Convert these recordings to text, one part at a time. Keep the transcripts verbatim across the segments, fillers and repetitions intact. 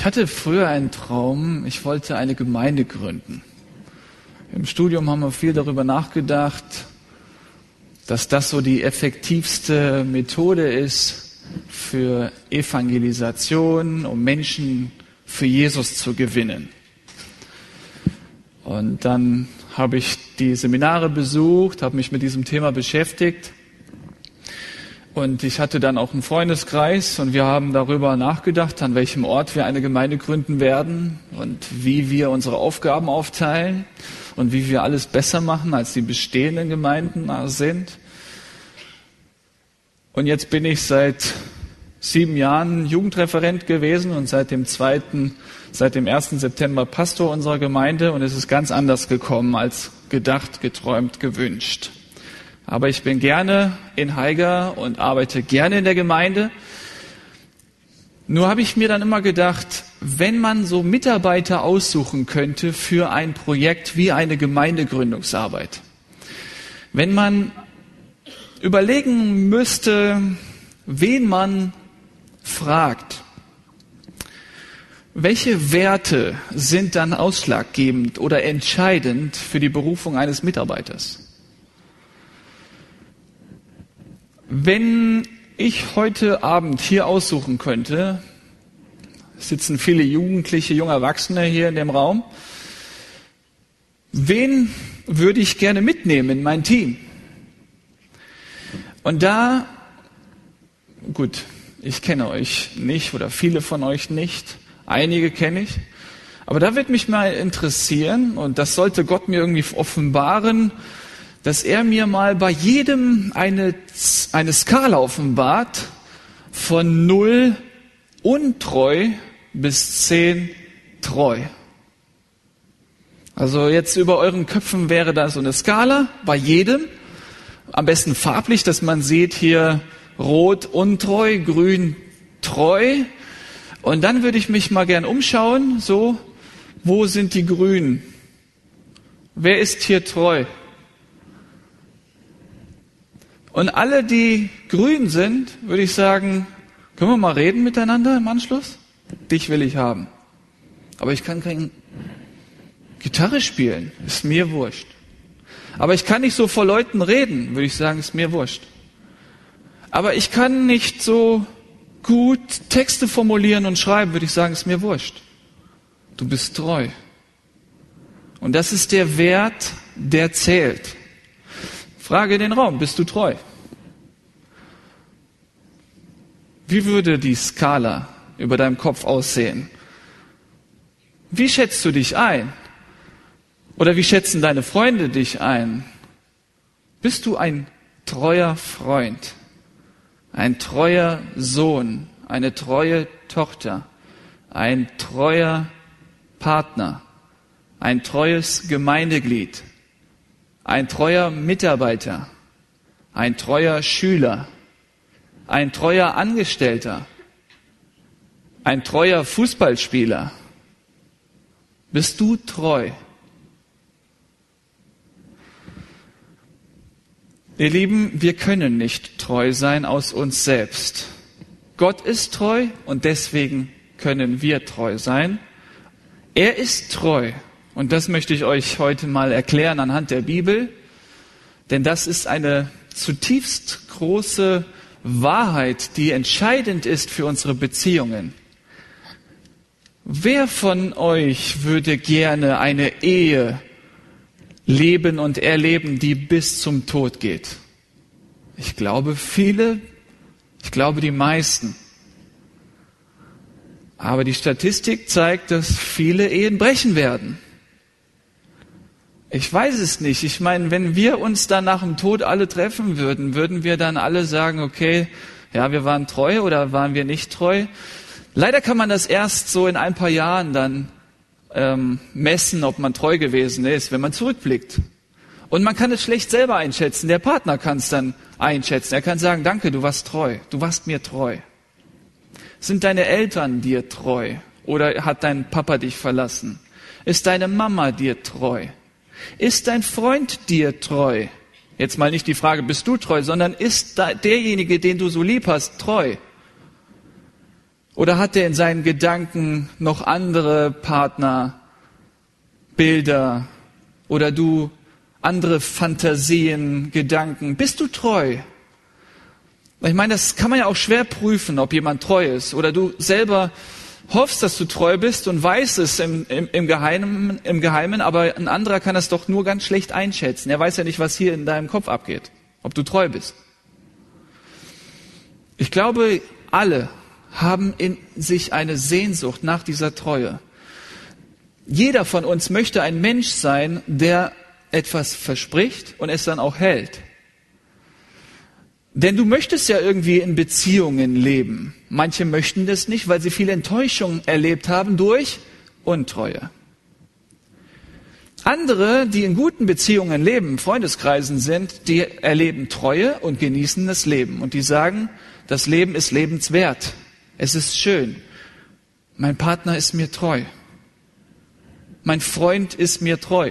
Ich hatte früher einen Traum, ich wollte eine Gemeinde gründen. Im Studium haben wir viel darüber nachgedacht, dass das so die effektivste Methode ist für Evangelisation, um Menschen für Jesus zu gewinnen. Und dann habe ich die Seminare besucht, habe mich mit diesem Thema beschäftigt. Und ich hatte dann auch einen Freundeskreis und wir haben darüber nachgedacht, an welchem Ort wir eine Gemeinde gründen werden und wie wir unsere Aufgaben aufteilen und wie wir alles besser machen, als die bestehenden Gemeinden sind. Und jetzt bin ich seit sieben Jahren Jugendreferent gewesen und seit dem zweiten, seit dem ersten September Pastor unserer Gemeinde, und es ist ganz anders gekommen als gedacht, geträumt, gewünscht. Aber ich bin gerne in Haiger und arbeite gerne in der Gemeinde. Nur habe ich mir dann immer gedacht, wenn man so Mitarbeiter aussuchen könnte für ein Projekt wie eine Gemeindegründungsarbeit, wenn man überlegen müsste, wen man fragt, welche Werte sind dann ausschlaggebend oder entscheidend für die Berufung eines Mitarbeiters? Wenn ich heute Abend hier aussuchen könnte, sitzen viele Jugendliche, junge Erwachsene hier in dem Raum, wen würde ich gerne mitnehmen in mein Team? Und da, gut, ich kenne euch nicht oder viele von euch nicht, einige kenne ich, aber da wird mich mal interessieren, und das sollte Gott mir irgendwie offenbaren, dass er mir mal bei jedem eine, eine Skala offenbart von null untreu bis zehn treu. Also jetzt über euren Köpfen wäre da so eine Skala bei jedem, am besten farblich, dass man sieht hier rot untreu, grün treu. Und dann würde ich mich mal gern umschauen, so, wo sind die Grünen? Wer ist hier treu? Und alle, die grün sind, würde ich sagen, können wir mal reden miteinander im Anschluss? Dich will ich haben. Aber ich kann keine Gitarre spielen, ist mir wurscht. Aber ich kann nicht so vor Leuten reden, würde ich sagen, ist mir wurscht. Aber ich kann nicht so gut Texte formulieren und schreiben, würde ich sagen, ist mir wurscht. Du bist treu. Und das ist der Wert, der zählt. Frage in den Raum, bist du treu? Wie würde die Skala über deinem Kopf aussehen? Wie schätzt du dich ein? Oder wie schätzen deine Freunde dich ein? Bist du ein treuer Freund, ein treuer Sohn, eine treue Tochter, ein treuer Partner, ein treues Gemeindeglied, ein treuer Mitarbeiter, ein treuer Schüler, ein treuer Angestellter, ein treuer Fußballspieler? Bist du treu? Ihr Lieben, wir können nicht treu sein aus uns selbst. Gott ist treu und deswegen können wir treu sein. Er ist treu. Und das möchte ich euch heute mal erklären anhand der Bibel. Denn das ist eine zutiefst große Wahrheit, die entscheidend ist für unsere Beziehungen. Wer von euch würde gerne eine Ehe leben und erleben, die bis zum Tod geht? Ich glaube viele, ich glaube die meisten. Aber die Statistik zeigt, dass viele Ehen brechen werden. Ich weiß es nicht. Ich meine, wenn wir uns dann nach dem Tod alle treffen würden, würden wir dann alle sagen, okay, ja, wir waren treu oder waren wir nicht treu? Leider kann man das erst so in ein paar Jahren dann ähm, messen, ob man treu gewesen ist, wenn man zurückblickt. Und man kann es schlecht selber einschätzen. Der Partner kann es dann einschätzen. Er kann sagen, danke, du warst treu. Du warst mir treu. Sind deine Eltern dir treu? Oder hat dein Papa dich verlassen? Ist deine Mama dir treu? Ist dein Freund dir treu? Jetzt mal nicht die Frage, bist du treu, sondern ist derjenige, den du so lieb hast, treu? Oder hat er in seinen Gedanken noch andere Partner, Bilder oder du andere Fantasien, Gedanken? Bist du treu? Ich meine, das kann man ja auch schwer prüfen, ob jemand treu ist. Oder du selber hoffst, dass du treu bist und weißt es im, im, im, Geheimen, im Geheimen, aber ein anderer kann das doch nur ganz schlecht einschätzen. Er weiß ja nicht, was hier in deinem Kopf abgeht, ob du treu bist. Ich glaube, alle haben in sich eine Sehnsucht nach dieser Treue. Jeder von uns möchte ein Mensch sein, der etwas verspricht und es dann auch hält. Denn du möchtest ja irgendwie in Beziehungen leben. Manche möchten das nicht, weil sie viel Enttäuschung erlebt haben durch Untreue. Andere, die in guten Beziehungen leben, Freundeskreisen sind, die erleben Treue und genießen das Leben. Und die sagen, das Leben ist lebenswert. Es ist schön. Mein Partner ist mir treu. Mein Freund ist mir treu.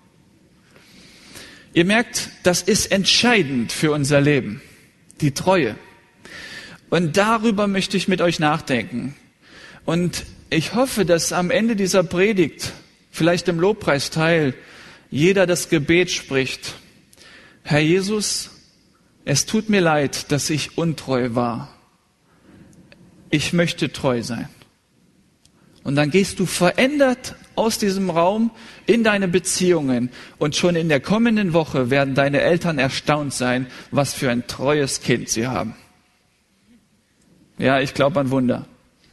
Ihr merkt, das ist entscheidend für unser Leben. Die Treue. Und darüber möchte ich mit euch nachdenken. Und ich hoffe, dass am Ende dieser Predigt, vielleicht im Lobpreisteil, jeder das Gebet spricht. Herr Jesus, es tut mir leid, dass ich untreu war. Ich möchte treu sein. Und dann gehst du verändert aus diesem Raum in deine Beziehungen. Und schon in der kommenden Woche werden deine Eltern erstaunt sein, was für ein treues Kind sie haben. Ja, ich glaube an Wunder.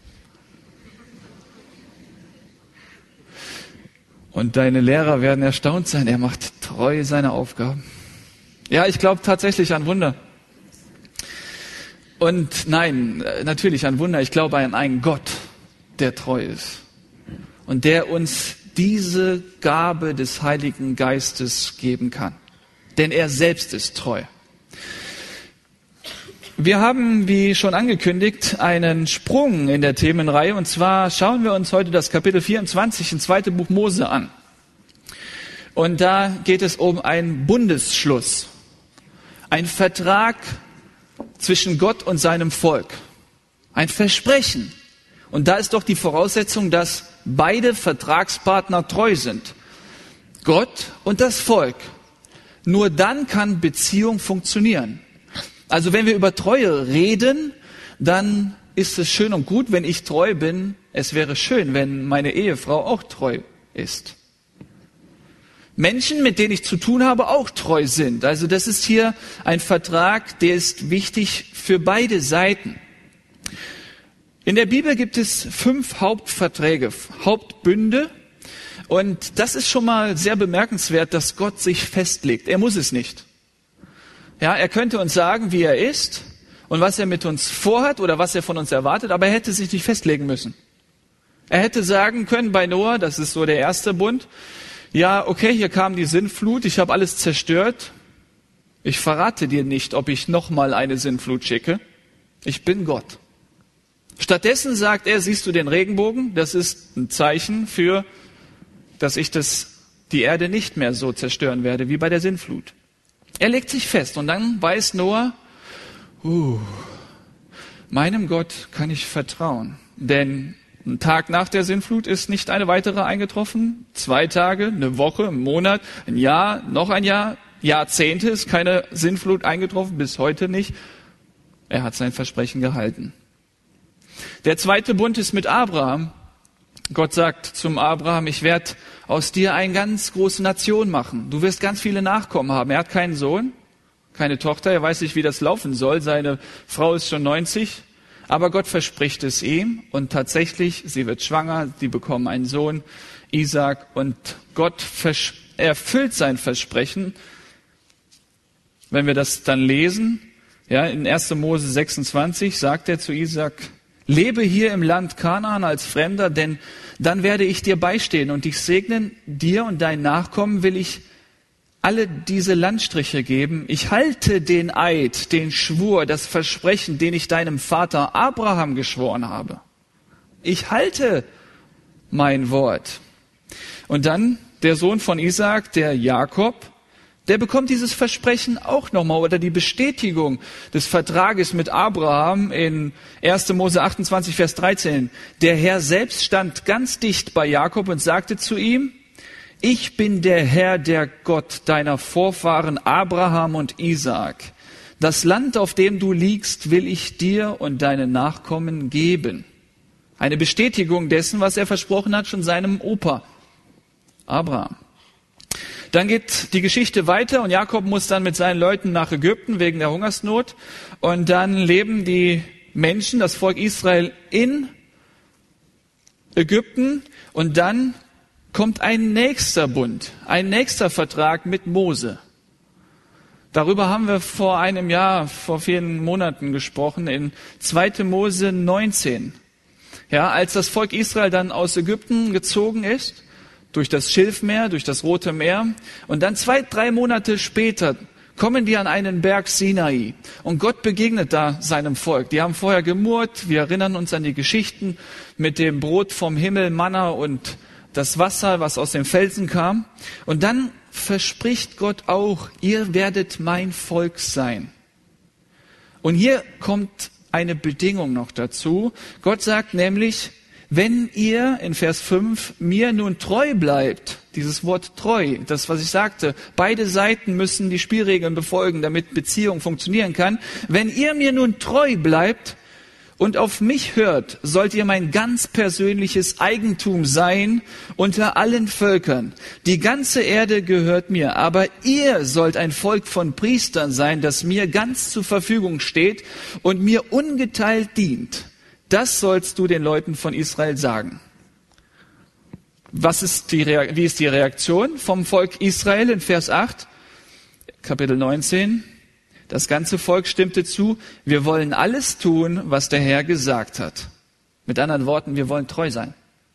Und deine Lehrer werden erstaunt sein, er macht treu seine Aufgaben. Ja, ich glaube tatsächlich an Wunder. Und nein, natürlich an Wunder. Ich glaube an einen Gott, der treu ist. Und der uns diese Gabe des Heiligen Geistes geben kann. Denn er selbst ist treu. Wir haben, wie schon angekündigt, einen Sprung in der Themenreihe. Und zwar schauen wir uns heute das Kapitel vierundzwanzig im zweiten Buch Mose an. Und da geht es um einen Bundesschluss. Ein Vertrag zwischen Gott und seinem Volk. Ein Versprechen. Und da ist doch die Voraussetzung, dass beide Vertragspartner treu sind. Gott und das Volk. Nur dann kann Beziehung funktionieren. Also wenn wir über Treue reden, dann ist es schön und gut, wenn ich treu bin. Es wäre schön, wenn meine Ehefrau auch treu ist. Menschen, mit denen ich zu tun habe, auch treu sind. Also das ist hier ein Vertrag, der ist wichtig für beide Seiten. In der Bibel gibt es fünf Hauptverträge, Hauptbünde. Und das ist schon mal sehr bemerkenswert, dass Gott sich festlegt. Er muss es nicht. Ja, er könnte uns sagen, wie er ist und was er mit uns vorhat oder was er von uns erwartet, aber er hätte sich nicht festlegen müssen. Er hätte sagen können bei Noah, das ist so der erste Bund, ja, okay, hier kam die Sintflut, ich habe alles zerstört. Ich verrate dir nicht, ob ich nochmal eine Sintflut schicke. Ich bin Gott. Stattdessen sagt er, siehst du den Regenbogen? Das ist ein Zeichen für, dass ich das, die Erde nicht mehr so zerstören werde wie bei der Sintflut. Er legt sich fest und dann weiß Noah, uh, meinem Gott kann ich vertrauen. Denn ein Tag nach der Sintflut ist nicht eine weitere eingetroffen. Zwei Tage, eine Woche, ein Monat, ein Jahr, noch ein Jahr, Jahrzehnte ist keine Sintflut eingetroffen, bis heute nicht. Er hat sein Versprechen gehalten. Der zweite Bund ist mit Abraham. Gott sagt zum Abraham, ich werde aus dir eine ganz große Nation machen. Du wirst ganz viele Nachkommen haben. Er hat keinen Sohn, keine Tochter. Er weiß nicht, wie das laufen soll. Seine Frau ist schon neunzig. Aber Gott verspricht es ihm. Und tatsächlich, sie wird schwanger. Sie bekommen einen Sohn, Isaac. Und Gott erfüllt sein Versprechen. Wenn wir das dann lesen, ja, in erster Mose sechsundzwanzig sagt er zu Isaac, lebe hier im Land Kanaan als Fremder, denn dann werde ich dir beistehen und dich segnen. Dir und deinen Nachkommen will ich alle diese Landstriche geben. Ich halte den Eid, den Schwur, das Versprechen, den ich deinem Vater Abraham geschworen habe. Ich halte mein Wort. Und dann der Sohn von Isaak, der Jakob, der bekommt dieses Versprechen auch nochmal oder die Bestätigung des Vertrages mit Abraham in erster Mose achtundzwanzig, Vers dreizehn. Der Herr selbst stand ganz dicht bei Jakob und sagte zu ihm, ich bin der Herr, der Gott deiner Vorfahren Abraham und Isaak. Das Land, auf dem du liegst, will ich dir und deinen Nachkommen geben. Eine Bestätigung dessen, was er versprochen hat, schon seinem Opa Abraham. Dann geht die Geschichte weiter und Jakob muss dann mit seinen Leuten nach Ägypten wegen der Hungersnot. Und dann leben die Menschen, das Volk Israel, in Ägypten. Und dann kommt ein nächster Bund, ein nächster Vertrag mit Mose. Darüber haben wir vor einem Jahr, vor vielen Monaten gesprochen, in zweiter Mose neunzehn. Ja, als das Volk Israel dann aus Ägypten gezogen ist, durch das Schilfmeer, durch das Rote Meer. Und dann zwei, drei Monate später kommen die an einen Berg Sinai. Und Gott begegnet da seinem Volk. Die haben vorher gemurrt. Wir erinnern uns an die Geschichten mit dem Brot vom Himmel, Manna und das Wasser, was aus dem Felsen kam. Und dann verspricht Gott auch, ihr werdet mein Volk sein. Und hier kommt eine Bedingung noch dazu. Gott sagt nämlich, wenn ihr, in Vers fünf, mir nun treu bleibt, dieses Wort treu, das, was ich sagte, beide Seiten müssen die Spielregeln befolgen, damit Beziehung funktionieren kann. Wenn ihr mir nun treu bleibt und auf mich hört, sollt ihr mein ganz persönliches Eigentum sein unter allen Völkern. Die ganze Erde gehört mir, aber ihr sollt ein Volk von Priestern sein, das mir ganz zur Verfügung steht und mir ungeteilt dient. Das sollst du den Leuten von Israel sagen. Was ist die Reak- wie ist die Reaktion vom Volk Israel in Vers acht, Kapitel neunzehn? Das ganze Volk stimmte zu, wir wollen alles tun, was der Herr gesagt hat. Mit anderen Worten, wir wollen treu sein.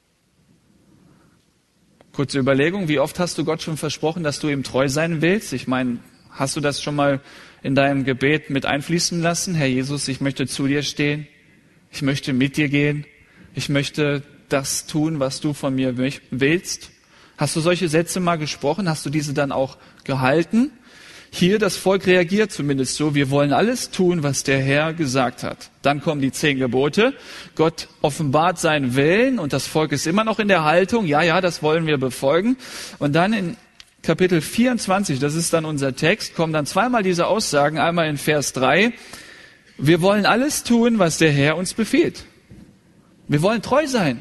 Kurze Überlegung, wie oft hast du Gott schon versprochen, dass du ihm treu sein willst? Ich meine, hast du das schon mal in deinem Gebet mit einfließen lassen? Herr Jesus, ich möchte zu dir stehen. Ich möchte mit dir gehen. Ich möchte das tun, was du von mir willst. Hast du solche Sätze mal gesprochen? Hast du diese dann auch gehalten? Hier, das Volk reagiert zumindest so. Wir wollen alles tun, was der Herr gesagt hat. Dann kommen die zehn Gebote. Gott offenbart seinen Willen und das Volk ist immer noch in der Haltung. Ja, ja, das wollen wir befolgen. Und dann in Kapitel vierundzwanzig, das ist dann unser Text, kommen dann zweimal diese Aussagen. Einmal in Vers drei. Wir wollen alles tun, was der Herr uns befiehlt. Wir wollen treu sein.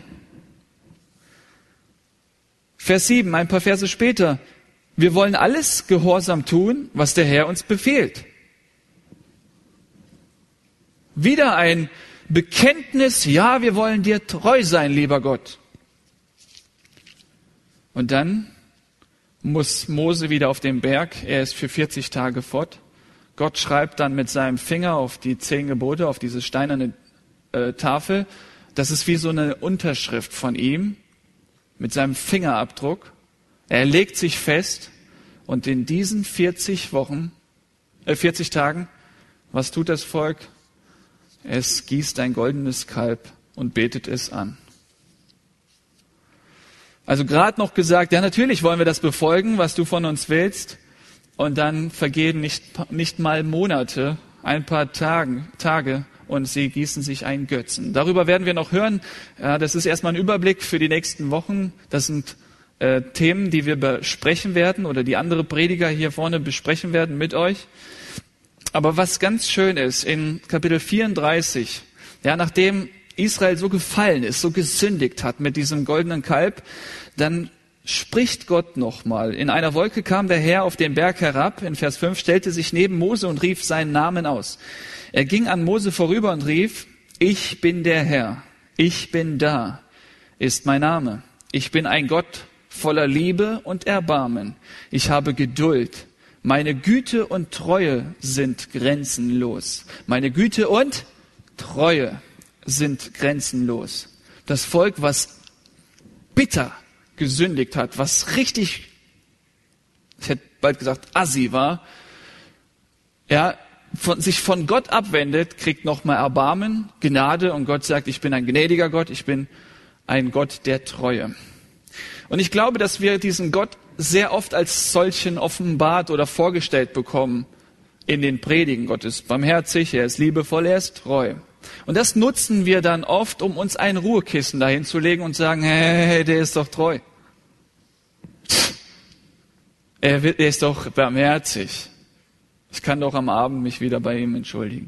Vers sieben, ein paar Verse später. Wir wollen alles gehorsam tun, was der Herr uns befiehlt. Wieder ein Bekenntnis, ja, wir wollen dir treu sein, lieber Gott. Und dann muss Mose wieder auf den Berg. Er ist für vierzig Tage fort. Gott schreibt dann mit seinem Finger auf die zehn Gebote, auf diese steinerne äh, Tafel. Das ist wie so eine Unterschrift von ihm mit seinem Fingerabdruck. Er legt sich fest und in diesen vierzig Wochen, äh, vierzig Tagen, was tut das Volk? Es gießt ein goldenes Kalb und betet es an. Also gerade noch gesagt, ja natürlich wollen wir das befolgen, was du von uns willst. Und dann vergehen nicht, nicht mal Monate, ein paar Tagen, Tage und sie gießen sich einen Götzen. Darüber werden wir noch hören. Ja, das ist erstmal ein Überblick für die nächsten Wochen. Das sind äh, Themen, die wir besprechen werden oder die andere Prediger hier vorne besprechen werden mit euch. Aber was ganz schön ist, in Kapitel vierunddreißig, ja, nachdem Israel so gefallen ist, so gesündigt hat mit diesem goldenen Kalb, dann spricht Gott nochmal. In einer Wolke kam der Herr auf den Berg herab, in Vers fünf, stellte sich neben Mose und rief seinen Namen aus. Er ging an Mose vorüber und rief, ich bin der Herr, ich bin da, ist mein Name. Ich bin ein Gott voller Liebe und Erbarmen. Ich habe Geduld. Meine Güte und Treue sind grenzenlos. Meine Güte und Treue sind grenzenlos. Das Volk, was bitter gesündigt hat, was richtig, ich hätte bald gesagt, assi war, ja, von, sich von Gott abwendet, kriegt nochmal Erbarmen, Gnade und Gott sagt, ich bin ein gnädiger Gott, ich bin ein Gott der Treue. Und ich glaube, dass wir diesen Gott sehr oft als solchen offenbart oder vorgestellt bekommen in den Predigen. Gott ist barmherzig, er ist liebevoll, er ist treu. Und das nutzen wir dann oft, um uns ein Ruhekissen dahin zu legen und sagen, hey, der ist doch treu. Er ist doch barmherzig. Ich kann doch am Abend mich wieder bei ihm entschuldigen.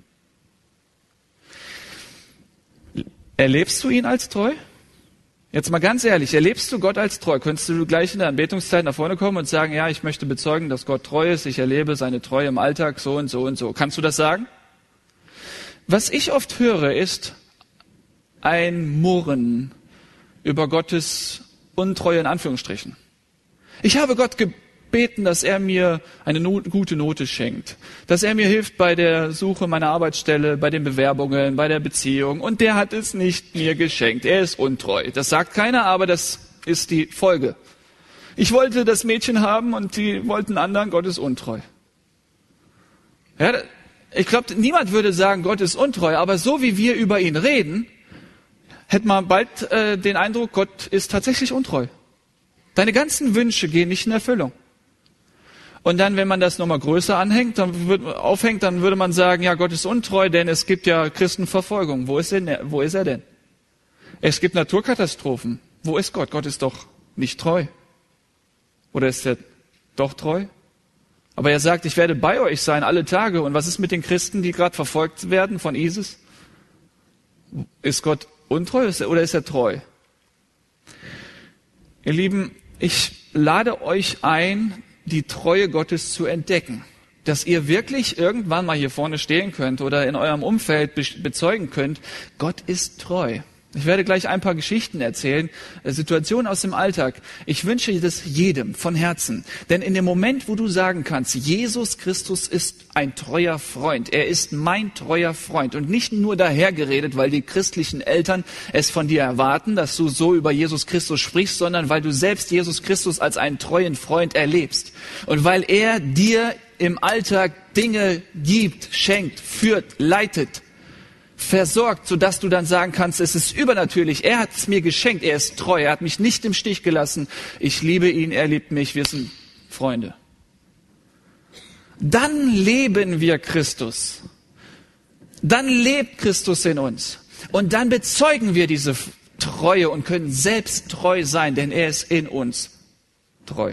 Erlebst du ihn als treu? Jetzt mal ganz ehrlich, erlebst du Gott als treu? Könntest du gleich in der Anbetungszeit nach vorne kommen und sagen, ja, ich möchte bezeugen, dass Gott treu ist, ich erlebe seine Treue im Alltag, so und so und so. Kannst du das sagen? Was ich oft höre, ist ein Murren über Gottes Untreue in Anführungsstrichen. Ich habe Gott gebeten, dass er mir eine Not, gute Note schenkt, dass er mir hilft bei der Suche meiner Arbeitsstelle, bei den Bewerbungen, bei der Beziehung, und der hat es nicht mir geschenkt. Er ist untreu. Das sagt keiner, aber das ist die Folge. Ich wollte das Mädchen haben und die wollten anderen, Gott ist untreu. Ja, ich glaube, niemand würde sagen, Gott ist untreu, aber so wie wir über ihn reden, hätte man bald äh, den Eindruck, Gott ist tatsächlich untreu. Deine ganzen Wünsche gehen nicht in Erfüllung. Und dann, wenn man das nochmal größer anhängt, dann wird, aufhängt, dann würde man sagen, ja, Gott ist untreu, denn es gibt ja Christenverfolgung. Wo ist er, wo ist er denn? Es gibt Naturkatastrophen. Wo ist Gott? Gott ist doch nicht treu. Oder ist er doch treu? Aber er sagt, ich werde bei euch sein alle Tage. Und was ist mit den Christen, die gerade verfolgt werden von ISIS? Ist Gott untreu oder ist er treu? Ihr Lieben, ich lade euch ein, die Treue Gottes zu entdecken. Dass ihr wirklich irgendwann mal hier vorne stehen könnt oder in eurem Umfeld bezeugen könnt, Gott ist treu. Ich werde gleich ein paar Geschichten erzählen, Situationen aus dem Alltag. Ich wünsche das jedem von Herzen. Denn in dem Moment, wo du sagen kannst, Jesus Christus ist ein treuer Freund, er ist mein treuer Freund und nicht nur dahergeredet, weil die christlichen Eltern es von dir erwarten, dass du so über Jesus Christus sprichst, sondern weil du selbst Jesus Christus als einen treuen Freund erlebst. Und weil er dir im Alltag Dinge gibt, schenkt, führt, leitet, versorgt, sodass du dann sagen kannst, es ist übernatürlich, er hat es mir geschenkt, er ist treu, er hat mich nicht im Stich gelassen, ich liebe ihn, er liebt mich, wir sind Freunde. Dann leben wir Christus. Dann lebt Christus in uns. Und dann bezeugen wir diese Treue und können selbst treu sein, denn er ist in uns treu.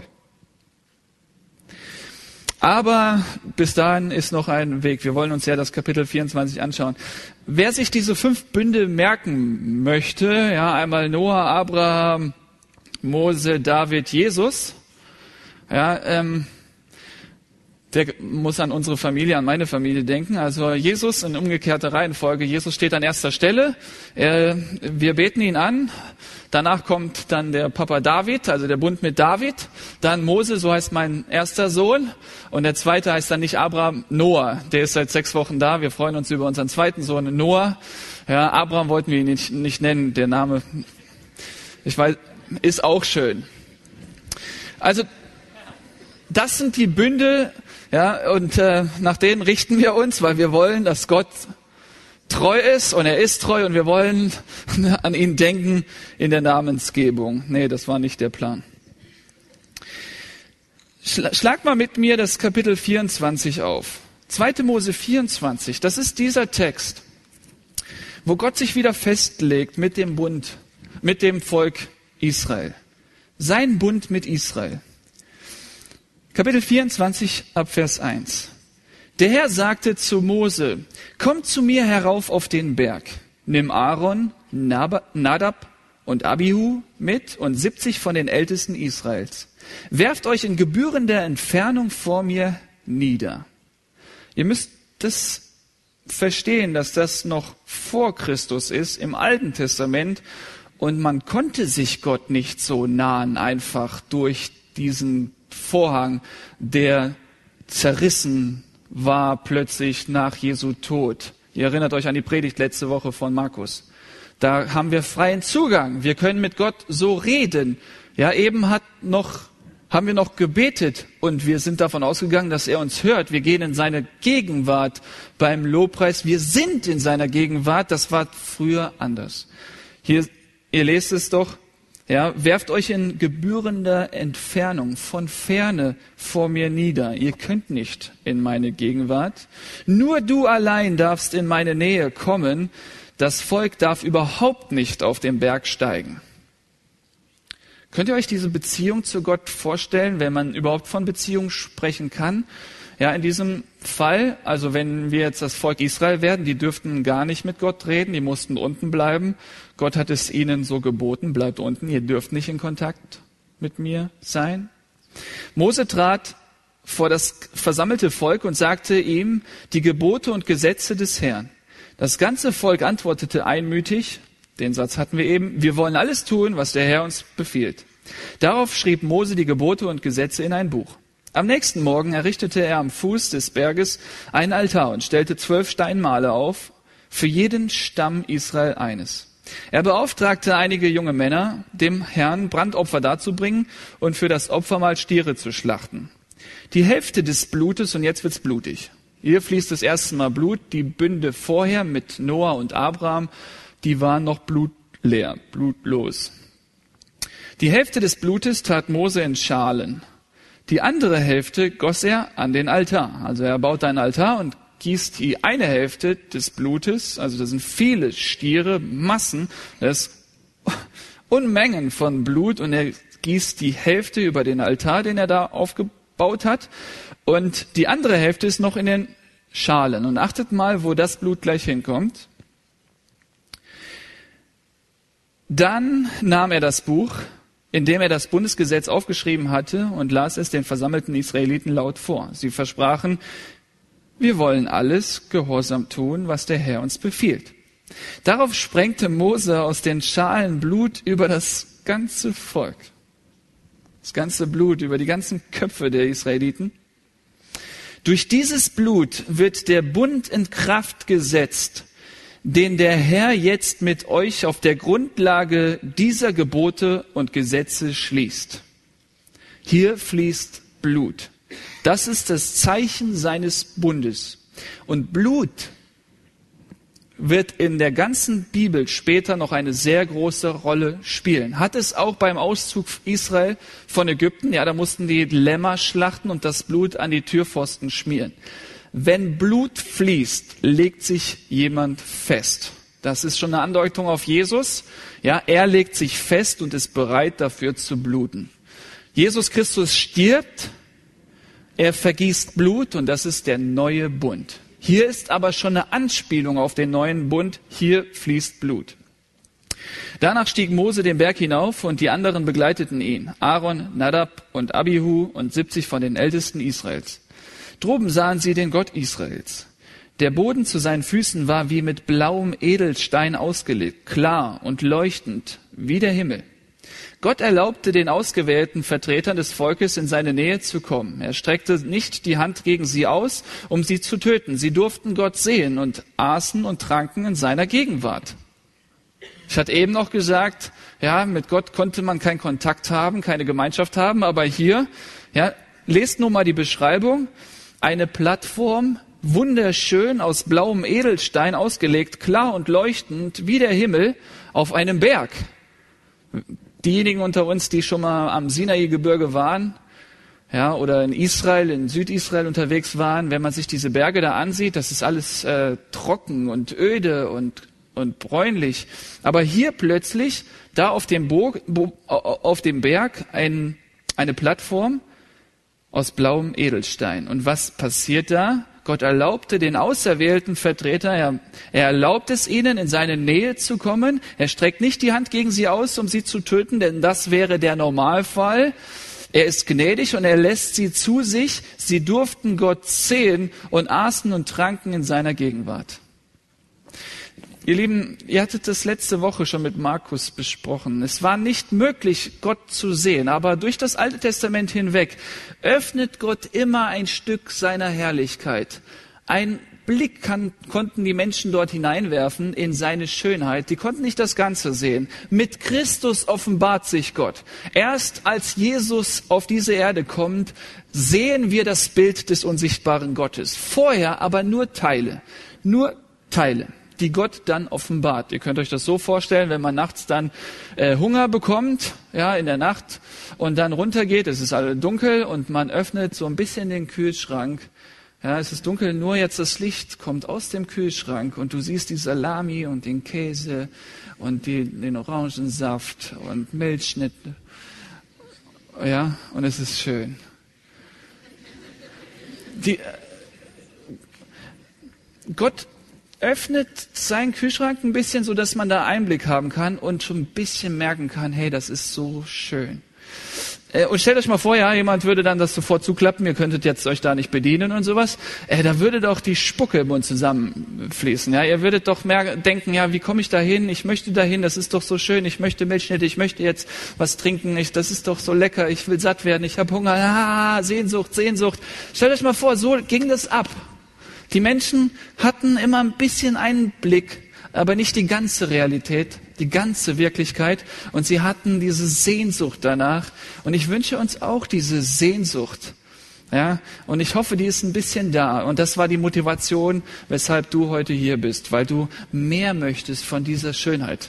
Aber bis dahin ist noch ein Weg. Wir wollen uns ja das Kapitel vierundzwanzig anschauen. Wer sich diese fünf Bünde merken möchte, ja, einmal Noah, Abraham, Mose, David, Jesus, ja, ähm, der muss an unsere Familie, an meine Familie denken. Also Jesus in umgekehrter Reihenfolge. Jesus steht an erster Stelle. Er, wir beten ihn an. Danach kommt dann der Papa David, also der Bund mit David. Dann Mose, so heißt mein erster Sohn. Und der zweite heißt dann nicht Abraham, Noah. Der ist seit sechs Wochen da. Wir freuen uns über unseren zweiten Sohn, Noah. Ja, Abraham wollten wir ihn nicht, nicht nennen. Der Name, ich weiß, ist auch schön. Also, das sind die Bünde, ja, und äh, nach denen richten wir uns, weil wir wollen, dass Gott treu ist und er ist treu und wir wollen an ihn denken in der Namensgebung. Nee, das war nicht der Plan. Schlag mal mit mir das Kapitel vierundzwanzig auf. zweite Mose vierundzwanzig, das ist dieser Text, wo Gott sich wieder festlegt mit dem Bund, mit dem Volk Israel. Sein Bund mit Israel. Kapitel vierundzwanzig ab Vers eins. Der Herr sagte zu Mose, komm zu mir herauf auf den Berg, nimm Aaron, Nadab und Abihu mit und siebzig von den Ältesten Israels. Werft euch in gebührender Entfernung vor mir nieder. Ihr müsst das verstehen, dass das noch vor Christus ist, im Alten Testament, und man konnte sich Gott nicht so nahen, einfach durch diesen Vorhang, der zerrissen war plötzlich nach Jesu Tod. Ihr erinnert euch an die Predigt letzte Woche von Markus. Da haben wir freien Zugang. Wir können mit Gott so reden. Ja, eben hat noch, haben wir noch gebetet und wir sind davon ausgegangen, dass er uns hört. Wir gehen in seine Gegenwart beim Lobpreis. Wir sind in seiner Gegenwart. Das war früher anders. Hier, ihr lest es doch. Ja, werft euch in gebührender Entfernung von Ferne vor mir nieder. Ihr könnt nicht in meine Gegenwart. Nur du allein darfst in meine Nähe kommen. Das Volk darf überhaupt nicht auf den Berg steigen. Könnt ihr euch diese Beziehung zu Gott vorstellen, wenn man überhaupt von Beziehung sprechen kann? Ja, in diesem Fall, also wenn wir jetzt das Volk Israel werden, die dürften gar nicht mit Gott reden, die mussten unten bleiben. Gott hat es ihnen so geboten, bleibt unten, ihr dürft nicht in Kontakt mit mir sein. Mose trat vor das versammelte Volk und sagte ihm die Gebote und Gesetze des Herrn. Das ganze Volk antwortete einmütig, den Satz hatten wir eben, wir wollen alles tun, was der Herr uns befiehlt. Darauf schrieb Mose die Gebote und Gesetze in ein Buch. Am nächsten Morgen errichtete er am Fuß des Berges einen Altar und stellte zwölf Steinmale auf, für jeden Stamm Israel eines. Er beauftragte einige junge Männer, dem Herrn Brandopfer darzubringen und für das Opfermahl Stiere zu schlachten. Die Hälfte des Blutes, und jetzt wird's blutig. Hier fließt das erste Mal Blut, die Bünde vorher mit Noah und Abraham, die waren noch blutleer, blutlos. Die Hälfte des Blutes tat Mose in Schalen. Die andere Hälfte goss er an den Altar. Also er baut einen Altar und gießt die eine Hälfte des Blutes, also das sind viele Stiere, Massen, das ist Unmengen von Blut, und er gießt die Hälfte über den Altar, den er da aufgebaut hat, und die andere Hälfte ist noch in den Schalen. Und achtet mal, wo das Blut gleich hinkommt. Dann nahm er das Buch, in dem er das Bundesgesetz aufgeschrieben hatte, und las es den versammelten Israeliten laut vor. Sie versprachen, wir wollen alles gehorsam tun, was der Herr uns befiehlt. Darauf sprengte Mose aus den Schalen Blut über das ganze Volk. Das ganze Blut über die ganzen Köpfe der Israeliten. Durch dieses Blut wird der Bund in Kraft gesetzt, den der Herr jetzt mit euch auf der Grundlage dieser Gebote und Gesetze schließt. Hier fließt Blut. Das ist das Zeichen seines Bundes. Und Blut wird in der ganzen Bibel später noch eine sehr große Rolle spielen. Hat es auch beim Auszug Israel von Ägypten, ja, da mussten die Lämmer schlachten und das Blut an die Türpfosten schmieren. Wenn Blut fließt, legt sich jemand fest. Das ist schon eine Andeutung auf Jesus. Ja, er legt sich fest und ist bereit dafür zu bluten. Jesus Christus stirbt, er vergießt Blut, und das ist der neue Bund. Hier ist aber schon eine Anspielung auf den neuen Bund. Hier fließt Blut. Danach stieg Mose den Berg hinauf und die anderen begleiteten ihn. Aaron, Nadab und Abihu und siebzig von den Ältesten Israels. Droben sahen sie den Gott Israels. Der Boden zu seinen Füßen war wie mit blauem Edelstein ausgelegt, klar und leuchtend wie der Himmel. Gott erlaubte den ausgewählten Vertretern des Volkes, in seine Nähe zu kommen. Er streckte nicht die Hand gegen sie aus, um sie zu töten. Sie durften Gott sehen und aßen und tranken in seiner Gegenwart. Ich hatte eben noch gesagt, ja, mit Gott konnte man keinen Kontakt haben, keine Gemeinschaft haben, aber hier, ja, lest nur mal die Beschreibung. Eine Plattform, wunderschön aus blauem Edelstein ausgelegt, klar und leuchtend wie der Himmel auf einem Berg. Diejenigen unter uns, die schon mal am Sinai-Gebirge waren, ja, oder in Israel, in Südisrael unterwegs waren, wenn man sich diese Berge da ansieht, das ist alles äh, trocken und öde und und bräunlich. Aber hier plötzlich, da auf dem, Bo- Bo- auf dem Berg, ein, eine Plattform aus blauem Edelstein. Und was passiert da? Gott erlaubte den auserwählten Vertreter, er, er erlaubt es ihnen, in seine Nähe zu kommen. Er streckt nicht die Hand gegen sie aus, um sie zu töten, denn das wäre der Normalfall. Er ist gnädig und er lässt sie zu sich. Sie durften Gott sehen und aßen und tranken in seiner Gegenwart. Ihr Lieben, ihr hattet das letzte Woche schon mit Markus besprochen. Es war nicht möglich, Gott zu sehen, aber durch das Alte Testament hinweg öffnet Gott immer ein Stück seiner Herrlichkeit. Ein Blick kann, konnten die Menschen dort hineinwerfen in seine Schönheit. Die konnten nicht das Ganze sehen. Mit Christus offenbart sich Gott. Erst als Jesus auf diese Erde kommt, sehen wir das Bild des unsichtbaren Gottes. Vorher aber nur Teile, nur Teile. die Gott dann offenbart. Ihr könnt euch das so vorstellen, wenn man nachts dann äh, Hunger bekommt, ja, in der Nacht und dann runtergeht, es ist alle dunkel und man öffnet so ein bisschen den Kühlschrank. Ja, es ist dunkel, nur jetzt das Licht kommt aus dem Kühlschrank und du siehst die Salami und den Käse und die, den Orangensaft und Milchschnitte. Ja, und es ist schön. Die, Gott öffnet seinen Kühlschrank ein bisschen, so dass man da Einblick haben kann und schon ein bisschen merken kann, hey, das ist so schön. Äh, und stellt euch mal vor, ja, jemand würde dann das sofort zuklappen, ihr könntet jetzt euch da nicht bedienen und sowas. Äh, da würde doch die Spucke im Mund zusammenfließen. Ja, ihr würdet doch mehr denken, ja, wie komme ich da hin? Ich möchte dahin, das ist doch so schön. Ich möchte Milchschnitte, ich möchte jetzt was trinken. Ich, das ist doch so lecker. Ich will satt werden. Ich habe Hunger. Ah, Sehnsucht, Sehnsucht. Stellt euch mal vor, so ging das ab. Die Menschen hatten immer ein bisschen einen Blick, aber nicht die ganze Realität, die ganze Wirklichkeit. Und sie hatten diese Sehnsucht danach. Und ich wünsche uns auch diese Sehnsucht. Ja, und ich hoffe, die ist ein bisschen da. Und das war die Motivation, weshalb du heute hier bist, weil du mehr möchtest von dieser Schönheit.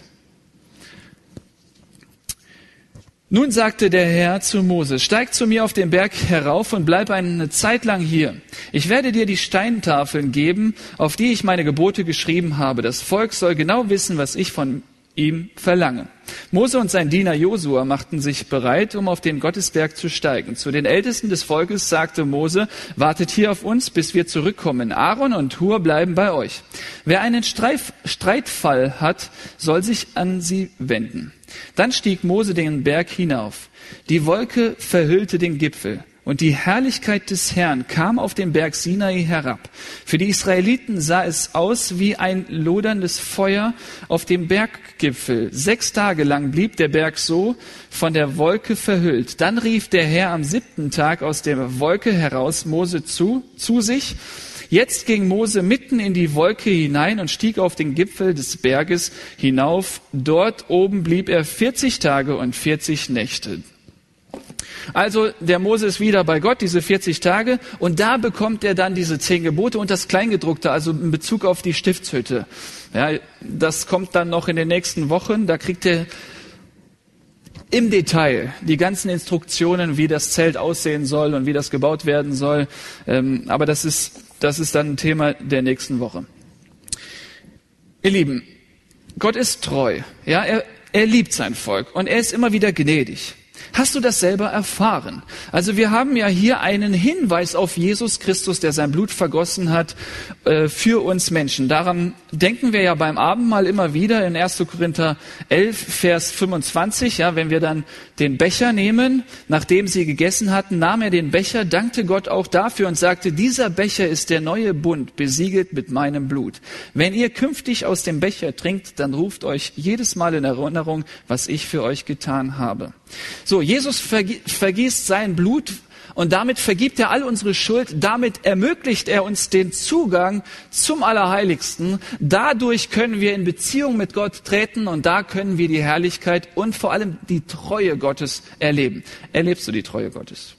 Nun sagte der Herr zu Mose, steig zu mir auf den Berg herauf und bleib eine Zeit lang hier. Ich werde dir die Steintafeln geben, auf die ich meine Gebote geschrieben habe. Das Volk soll genau wissen, was ich von ihm verlange. Mose und sein Diener Josua machten sich bereit, um auf den Gottesberg zu steigen. Zu den Ältesten des Volkes sagte Mose, wartet hier auf uns, bis wir zurückkommen. Aaron und Hur bleiben bei euch. Wer einen Streif- Streitfall hat, soll sich an sie wenden. Dann stieg Mose den Berg hinauf. Die Wolke verhüllte den Gipfel. Und die Herrlichkeit des Herrn kam auf den Berg Sinai herab. Für die Israeliten sah es aus wie ein loderndes Feuer auf dem Berggipfel. Sechs Tage lang blieb der Berg so von der Wolke verhüllt. Dann rief der Herr am siebten Tag aus der Wolke heraus Mose zu, zu sich. Jetzt ging Mose mitten in die Wolke hinein und stieg auf den Gipfel des Berges hinauf. Dort oben blieb er vierzig Tage und vierzig Nächte. Also der Mose ist wieder bei Gott, diese vierzig Tage, und da bekommt er dann diese zehn Gebote und das Kleingedruckte, also in Bezug auf die Stiftshütte. Ja, das kommt dann noch in den nächsten Wochen, da kriegt er im Detail die ganzen Instruktionen, wie das Zelt aussehen soll und wie das gebaut werden soll. Ähm, aber das ist, das ist dann ein Thema der nächsten Woche. Ihr Lieben, Gott ist treu. Ja, er, er liebt sein Volk und er ist immer wieder gnädig. Hast du das selber erfahren? Also wir haben ja hier einen Hinweis auf Jesus Christus, der sein Blut vergossen hat äh, für uns Menschen. Daran denken wir ja beim Abendmahl immer wieder in erster Korinther elf, Vers fünfundzwanzig. Ja, wenn wir dann den Becher nehmen, nachdem sie gegessen hatten, nahm er den Becher, dankte Gott auch dafür und sagte, dieser Becher ist der neue Bund, besiegelt mit meinem Blut. Wenn ihr künftig aus dem Becher trinkt, dann ruft euch jedes Mal in Erinnerung, was ich für euch getan habe. So, Jesus vergießt sein Blut und damit vergibt er all unsere Schuld. Damit ermöglicht er uns den Zugang zum Allerheiligsten. Dadurch können wir in Beziehung mit Gott treten und da können wir die Herrlichkeit und vor allem die Treue Gottes erleben. Erlebst du die Treue Gottes?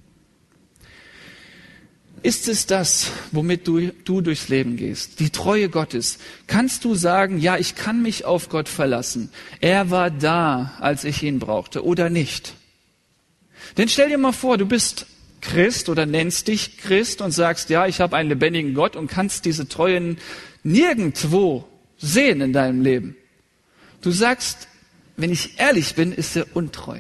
Ist es das, womit du, du durchs Leben gehst? Die Treue Gottes. Kannst du sagen, ja, ich kann mich auf Gott verlassen. Er war da, als ich ihn brauchte, oder nicht? Denn stell dir mal vor, du bist Christ oder nennst dich Christ und sagst, ja, ich habe einen lebendigen Gott und kannst diese Treue nirgendwo sehen in deinem Leben. Du sagst, wenn ich ehrlich bin, ist er untreu.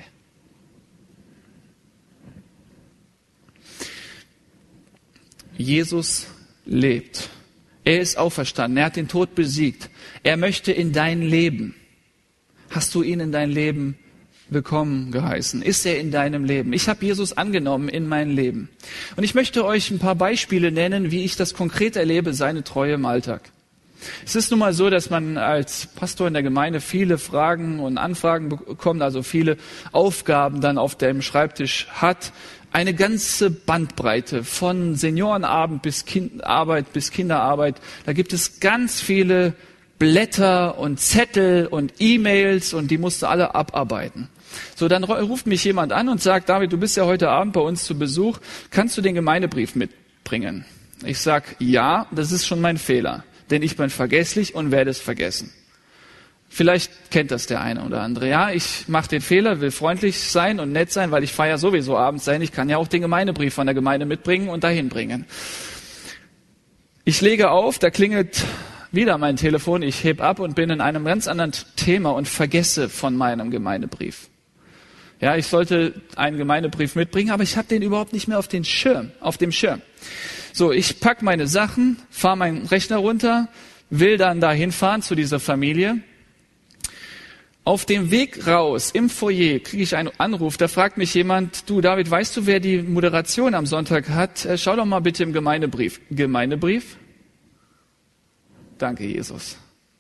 Jesus lebt. Er ist auferstanden. Er hat den Tod besiegt. Er möchte in dein Leben. Hast du ihn in dein Leben willkommen geheißen? Ist er in deinem Leben? Ich habe Jesus angenommen in mein Leben. Und ich möchte euch ein paar Beispiele nennen, wie ich das konkret erlebe, seine Treue im Alltag. Es ist nun mal so, dass man als Pastor in der Gemeinde viele Fragen und Anfragen bekommt, also viele Aufgaben dann auf dem Schreibtisch hat. Eine ganze Bandbreite von Seniorenarbeit bis Kindarbeit bis Kinderarbeit. Da gibt es ganz viele Blätter und Zettel und E-Mails und die musst du alle abarbeiten. So, dann ruft mich jemand an und sagt, David, du bist ja heute Abend bei uns zu Besuch. Kannst du den Gemeindebrief mitbringen? Ich sag, ja, das ist schon mein Fehler. denn ich bin vergesslich und werde es vergessen. Vielleicht kennt das der eine oder andere. Ja, ich mache den Fehler, will freundlich sein und nett sein, weil ich feiere sowieso abends sein. Ich kann ja auch den Gemeindebrief von der Gemeinde mitbringen und dahin bringen. Ich lege auf, da klingelt wieder mein Telefon, ich heb ab und bin in einem ganz anderen Thema und vergesse von meinem Gemeindebrief. Ja, ich sollte einen Gemeindebrief mitbringen, aber ich habe den überhaupt nicht mehr auf den Schirm, auf dem Schirm. So, ich pack meine Sachen, fahre meinen Rechner runter, will dann dahin fahren zu dieser Familie. Auf dem Weg raus, im Foyer, kriege ich einen Anruf, da fragt mich jemand, du David, weißt du, wer die Moderation am Sonntag hat? Schau doch mal bitte im Gemeindebrief. Gemeindebrief? Danke, Jesus.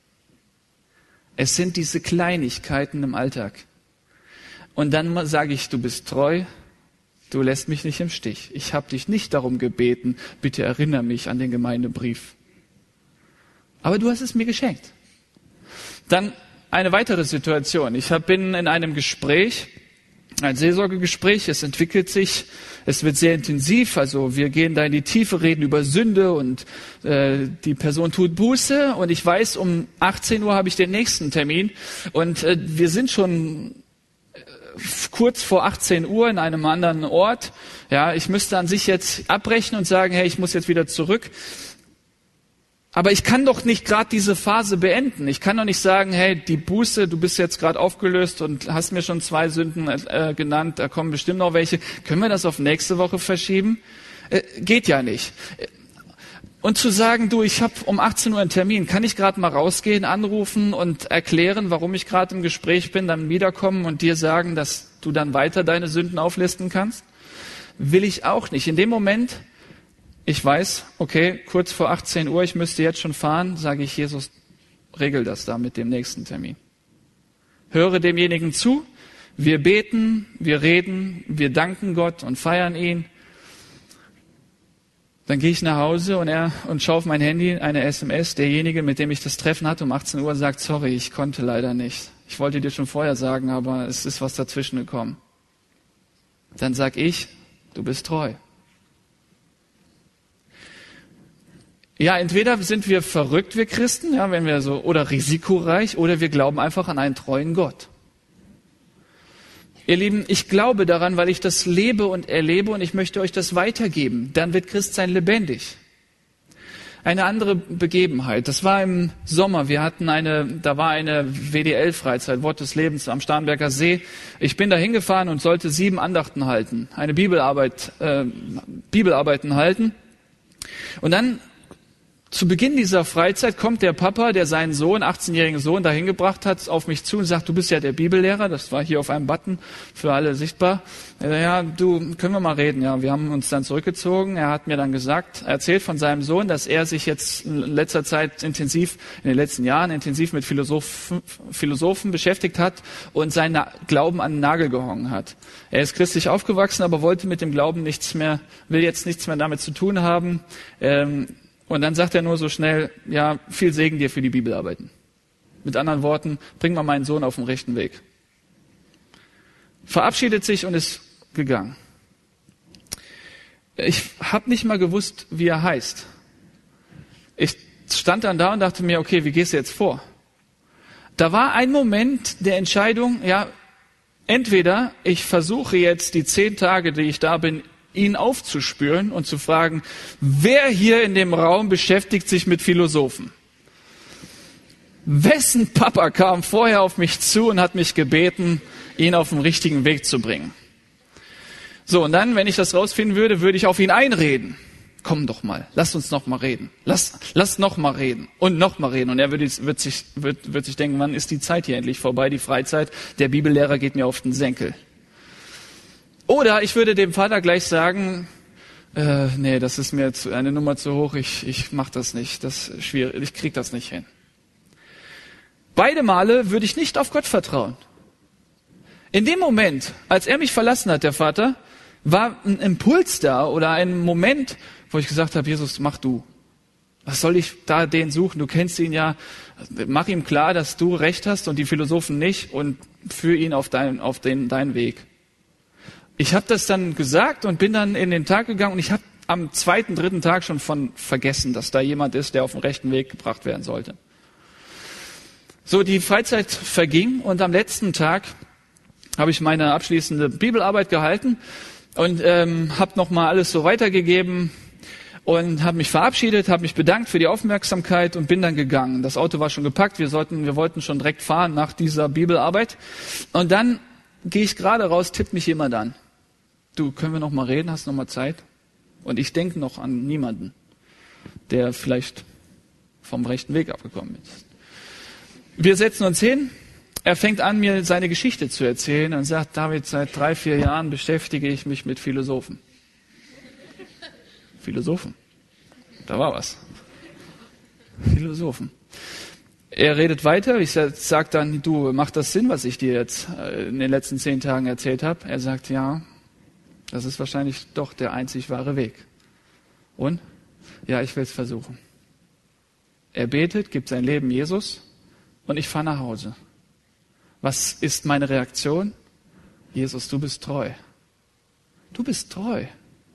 Es sind diese Kleinigkeiten im Alltag. Und dann sage ich, du bist treu, du lässt mich nicht im Stich. Ich habe dich nicht darum gebeten, bitte erinnere mich an den Gemeindebrief. Aber du hast es mir geschenkt. Dann eine weitere Situation. Ich bin in einem Gespräch, ein Seelsorgegespräch, es entwickelt sich, es wird sehr intensiv, also wir gehen da in die Tiefe, reden über Sünde und äh, die Person tut Buße und ich weiß, um achtzehn Uhr habe ich den nächsten Termin und äh, wir sind schon äh, kurz vor achtzehn Uhr in einem anderen Ort. Ja, ich müsste an sich jetzt abbrechen und sagen, hey, ich muss jetzt wieder zurück. Aber ich kann doch nicht gerade diese Phase beenden. Ich kann doch nicht sagen, hey, die Buße, du bist jetzt gerade aufgelöst und hast mir schon zwei Sünden äh, genannt, da kommen bestimmt noch welche. Können wir das auf nächste Woche verschieben? Äh, geht ja nicht. Und zu sagen, du, ich habe um achtzehn Uhr einen Termin, kann ich gerade mal rausgehen, anrufen und erklären, warum ich gerade im Gespräch bin, dann wiederkommen und dir sagen, dass du dann weiter deine Sünden auflisten kannst? Will ich auch nicht. In dem Moment, ich weiß, okay, kurz vor achtzehn Uhr, ich müsste jetzt schon fahren, sage ich, Jesus, regel das da mit dem nächsten Termin. Höre demjenigen zu, wir beten, wir reden, wir danken Gott und feiern ihn. Dann gehe ich nach Hause und er und schaue auf mein Handy, eine S M S, derjenige, mit dem ich das Treffen hatte, um achtzehn Uhr, sagt, sorry, ich konnte leider nicht. Ich wollte dir schon vorher sagen, aber es ist was dazwischen gekommen. Dann sag ich, du bist treu. Ja, entweder sind wir verrückt, wir Christen, ja, wenn wir so, oder risikoreich, oder wir glauben einfach an einen treuen Gott. Ihr Lieben, ich glaube daran, weil ich das lebe und erlebe und ich möchte euch das weitergeben. Dann wird Christsein lebendig. Eine andere Begebenheit, das war im Sommer, wir hatten eine, da war eine W D L-Freizeit, Wort des Lebens am Starnberger See. Ich bin da hingefahren und sollte sieben Andachten halten, eine Bibelarbeit, äh, Bibelarbeiten halten. Und dann zu Beginn dieser Freizeit kommt der Papa, der seinen Sohn, achtzehnjährigen Sohn, dahin gebracht hat, auf mich zu und sagt, du bist ja der Bibellehrer. Das war hier auf einem Button für alle sichtbar. Ja, du, können wir mal reden? Ja, wir haben uns dann zurückgezogen. Er hat mir dann gesagt, er erzählt von seinem Sohn, dass er sich jetzt in letzter Zeit intensiv, in den letzten Jahren intensiv mit Philosophen, Philosophen beschäftigt hat und seinen Glauben an den Nagel gehangen hat. Er ist christlich aufgewachsen, aber wollte mit dem Glauben nichts mehr, will jetzt nichts mehr damit zu tun haben. Ähm, Und dann sagt er nur so schnell, ja, viel Segen dir für die Bibelarbeiten. Mit anderen Worten, bring mal meinen Sohn auf den rechten Weg. Verabschiedet sich und ist gegangen. Ich habe nicht mal gewusst, wie er heißt. Ich stand dann da und dachte mir, okay, wie gehst du jetzt vor? Da war ein Moment der Entscheidung, ja, entweder ich versuche jetzt die zehn Tage, die ich da bin, ihn aufzuspüren und zu fragen, wer hier in dem Raum beschäftigt sich mit Philosophen? Wessen Papa kam vorher auf mich zu und hat mich gebeten, ihn auf den richtigen Weg zu bringen? So, und dann, wenn ich das rausfinden würde, würde ich auf ihn einreden. Komm doch mal, lass uns noch mal reden. Lass, lass noch mal reden und noch mal reden. Und er wird, wird, sich, wird, wird sich denken, wann ist die Zeit hier endlich vorbei, die Freizeit? Der Bibellehrer geht mir auf den Senkel. Oder ich würde dem Vater gleich sagen, äh, nee, das ist mir zu, eine Nummer zu hoch, ich, ich mach das nicht, das ist schwierig, ich krieg das nicht hin. Beide Male würde ich nicht auf Gott vertrauen. In dem Moment, als er mich verlassen hat, der Vater, war ein Impuls da oder ein Moment, wo ich gesagt habe, Jesus, mach du. Was soll ich da den suchen? Du kennst ihn ja, mach ihm klar, dass du recht hast und die Philosophen nicht und führ ihn auf, dein, auf den, deinen Weg. Ich habe das dann gesagt und bin dann in den Tag gegangen und ich habe am zweiten, dritten Tag schon von vergessen, dass da jemand ist, der auf den rechten Weg gebracht werden sollte. So, die Freizeit verging und am letzten Tag habe ich meine abschließende Bibelarbeit gehalten und ähm, habe nochmal alles so weitergegeben und habe mich verabschiedet, habe mich bedankt für die Aufmerksamkeit und bin dann gegangen. Das Auto war schon gepackt, wir sollten, wir wollten schon direkt fahren nach dieser Bibelarbeit. Und dann gehe ich gerade raus, tippt mich jemand an. Du, können wir noch mal reden? Hast du noch mal Zeit? Und ich denke noch an niemanden, der vielleicht vom rechten Weg abgekommen ist. Wir setzen uns hin. Er fängt an, mir seine Geschichte zu erzählen und sagt, David, seit drei, vier Jahren beschäftige ich mich mit Philosophen. Philosophen. Da war was. Philosophen. Er redet weiter. Ich sage dann, du, macht das Sinn, was ich dir jetzt in den letzten zehn Tagen erzählt habe? Er sagt, ja, das ist wahrscheinlich doch der einzig wahre Weg. Und? Ja, ich will es versuchen. Er betet, gibt sein Leben Jesus und ich fahre nach Hause. Was ist meine Reaktion? Jesus, du bist treu. Du bist treu.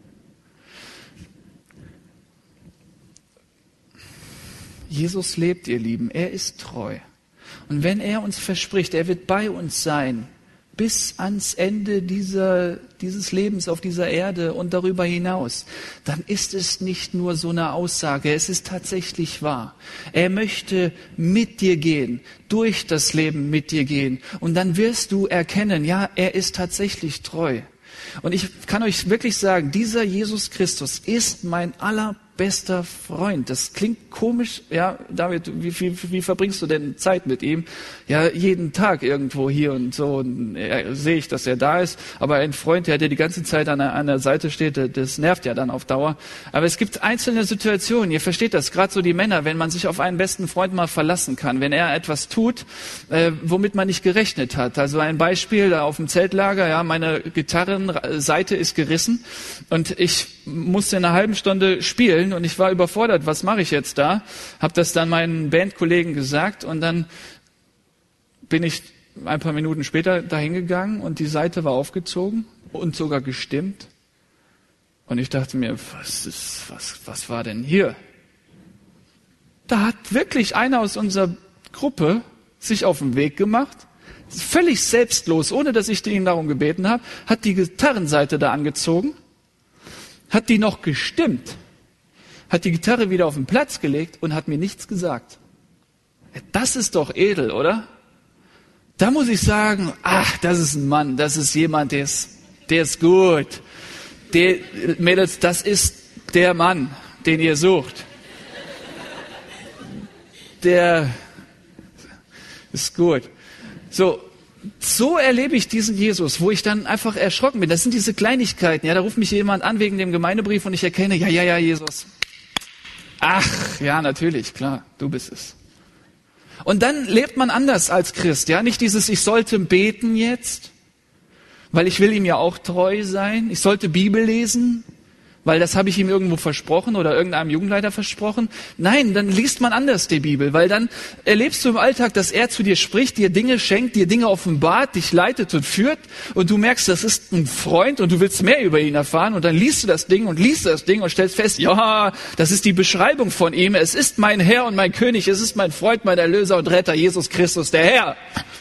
Jesus lebt, ihr Lieben. Er ist treu. Und wenn er uns verspricht, er wird bei uns sein, bis ans Ende dieser, dieses Lebens auf dieser Erde und darüber hinaus, dann ist es nicht nur so eine Aussage, es ist tatsächlich wahr. Er möchte mit dir gehen, durch das Leben mit dir gehen. Und dann wirst du erkennen, ja, er ist tatsächlich treu. Und ich kann euch wirklich sagen, dieser Jesus Christus ist mein allerbester Freund. Das klingt komisch. Ja, David, wie, wie, wie verbringst du denn Zeit mit ihm? Ja, jeden Tag irgendwo hier und so. Und ja, sehe ich, dass er da ist. Aber ein Freund, der, der die ganze Zeit an der, an der Seite steht, das nervt ja dann auf Dauer. Aber es gibt einzelne Situationen, ihr versteht das, gerade so die Männer, wenn man sich auf einen besten Freund mal verlassen kann, wenn er etwas tut, äh, womit man nicht gerechnet hat. Also ein Beispiel, da auf dem Zeltlager, ja, meine Gitarrenseite ist gerissen und ich musste in einer halben Stunde spielen und ich war überfordert, was mache ich jetzt da? Habe das dann meinen Bandkollegen gesagt und dann bin ich ein paar Minuten später dahin gegangen und die Seite war aufgezogen und sogar gestimmt. Und ich dachte mir, was ist, was, was war denn hier? Da hat wirklich einer aus unserer Gruppe sich auf den Weg gemacht, völlig selbstlos, ohne dass ich ihn darum gebeten habe, hat die Gitarrenseite da angezogen, hat die noch gestimmt, hat die Gitarre wieder auf den Platz gelegt und hat mir nichts gesagt. Das ist doch edel, oder? Da muss ich sagen, ach, das ist ein Mann, das ist jemand, der ist, der ist gut. Der, Mädels, das ist der Mann, den ihr sucht. Der ist gut. So, so erlebe ich diesen Jesus, wo ich dann einfach erschrocken bin. Das sind diese Kleinigkeiten. Ja, da ruft mich jemand an wegen dem Gemeindebrief und ich erkenne, ja, ja, ja, Jesus. Ach, ja, natürlich, klar, du bist es. Und dann lebt man anders als Christ, ja, nicht dieses, ich sollte beten jetzt, weil ich will ihm ja auch treu sein. Ich sollte Bibel lesen, weil das habe ich ihm irgendwo versprochen oder irgendeinem Jugendleiter versprochen. Nein, dann liest man anders die Bibel, weil dann erlebst du im Alltag, dass er zu dir spricht, dir Dinge schenkt, dir Dinge offenbart, dich leitet und führt und du merkst, das ist ein Freund und du willst mehr über ihn erfahren und dann liest du das Ding und liest das Ding und stellst fest, ja, das ist die Beschreibung von ihm. Es ist mein Herr und mein König, es ist mein Freund, mein Erlöser und Retter, Jesus Christus, der Herr.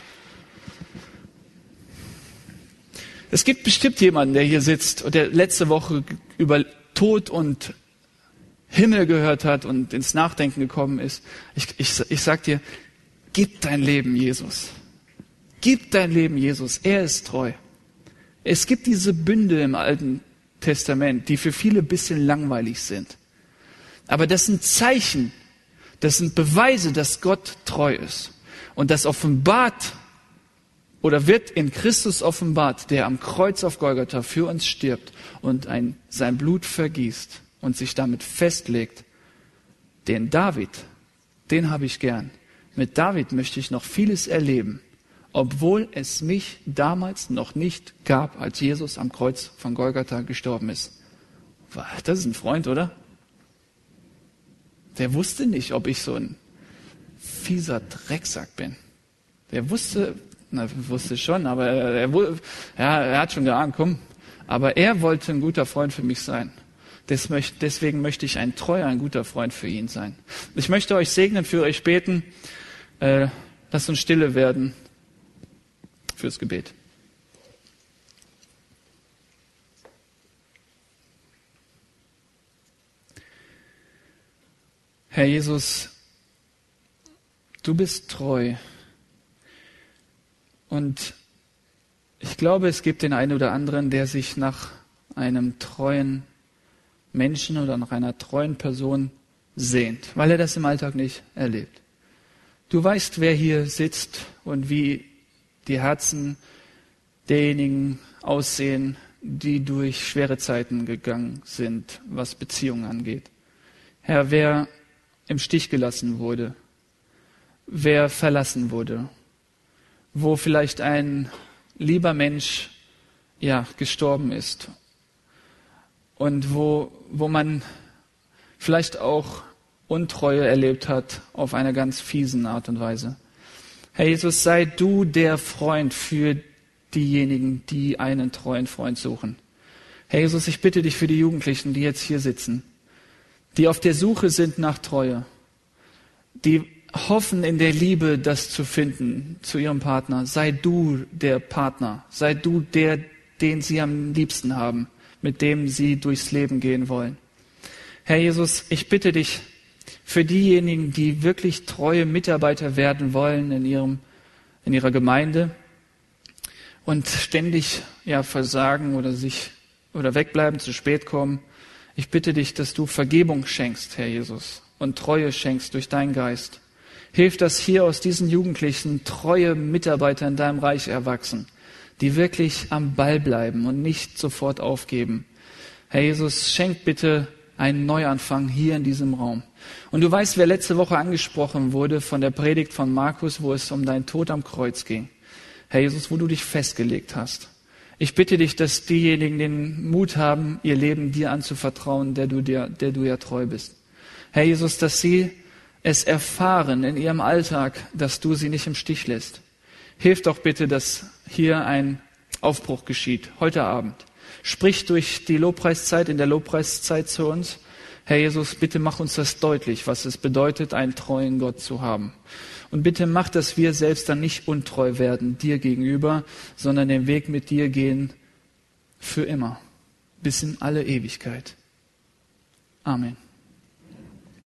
Es gibt bestimmt jemanden, der hier sitzt und der letzte Woche über Tod und Himmel gehört hat und ins Nachdenken gekommen ist. Ich, ich, ich sag dir, gib dein Leben Jesus. Gib dein Leben Jesus. Er ist treu. Es gibt diese Bünde im Alten Testament, die für viele ein bisschen langweilig sind. Aber das sind Zeichen, das sind Beweise, dass Gott treu ist. Und das offenbart oder wird in Christus offenbart, der am Kreuz auf Golgatha für uns stirbt und ein, sein Blut vergießt und sich damit festlegt. Den David, den habe ich gern. Mit David möchte ich noch vieles erleben, obwohl es mich damals noch nicht gab, als Jesus am Kreuz von Golgatha gestorben ist. Das ist ein Freund, oder? Der wusste nicht, ob ich so ein fieser Drecksack bin. Der wusste... Na, wusste schon, aber er, er, ja, er hat schon geahnt, komm. Aber er wollte ein guter Freund für mich sein. Deswegen möchte ich ein treuer, ein guter Freund für ihn sein. Ich möchte euch segnen, für euch beten. Äh, lasst uns stille werden fürs Gebet. Herr Jesus, du bist treu. Und ich glaube, es gibt den einen oder anderen, der sich nach einem treuen Menschen oder nach einer treuen Person sehnt, weil er das im Alltag nicht erlebt. Du weißt, wer hier sitzt und wie die Herzen derjenigen aussehen, die durch schwere Zeiten gegangen sind, was Beziehungen angeht. Herr, wer im Stich gelassen wurde, wer verlassen wurde, wo vielleicht ein lieber Mensch ja gestorben ist und wo wo man vielleicht auch Untreue erlebt hat auf eine ganz fiesen Art und Weise. Herr Jesus, sei du der Freund für diejenigen, die einen treuen Freund suchen. Herr Jesus, ich bitte dich für die Jugendlichen, die jetzt hier sitzen, die auf der Suche sind nach Treue, die hoffen in der Liebe, das zu finden zu ihrem Partner. Sei du der Partner, sei du der, den sie am liebsten haben, mit dem sie durchs Leben gehen wollen. Herr Jesus, ich bitte dich für diejenigen, die wirklich treue Mitarbeiter werden wollen in ihrem, in ihrer Gemeinde und ständig ja versagen oder sich oder wegbleiben, zu spät kommen. Ich bitte dich, dass du Vergebung schenkst, Herr Jesus, und Treue schenkst durch deinen Geist. Hilf, dass hier aus diesen Jugendlichen treue Mitarbeiter in deinem Reich erwachsen, die wirklich am Ball bleiben und nicht sofort aufgeben. Herr Jesus, schenk bitte einen Neuanfang hier in diesem Raum. Und du weißt, wer letzte Woche angesprochen wurde von der Predigt von Markus, wo es um deinen Tod am Kreuz ging. Herr Jesus, wo du dich festgelegt hast. Ich bitte dich, dass diejenigen den Mut haben, ihr Leben dir anzuvertrauen, der du, dir, der du ja treu bist. Herr Jesus, dass sie es erfahren in ihrem Alltag, dass du sie nicht im Stich lässt. Hilf doch bitte, dass hier ein Aufbruch geschieht, heute Abend. Sprich durch die Lobpreiszeit, in der Lobpreiszeit zu uns. Herr Jesus, bitte mach uns das deutlich, was es bedeutet, einen treuen Gott zu haben. Und bitte mach, dass wir selbst dann nicht untreu werden dir gegenüber, sondern den Weg mit dir gehen für immer, bis in alle Ewigkeit. Amen.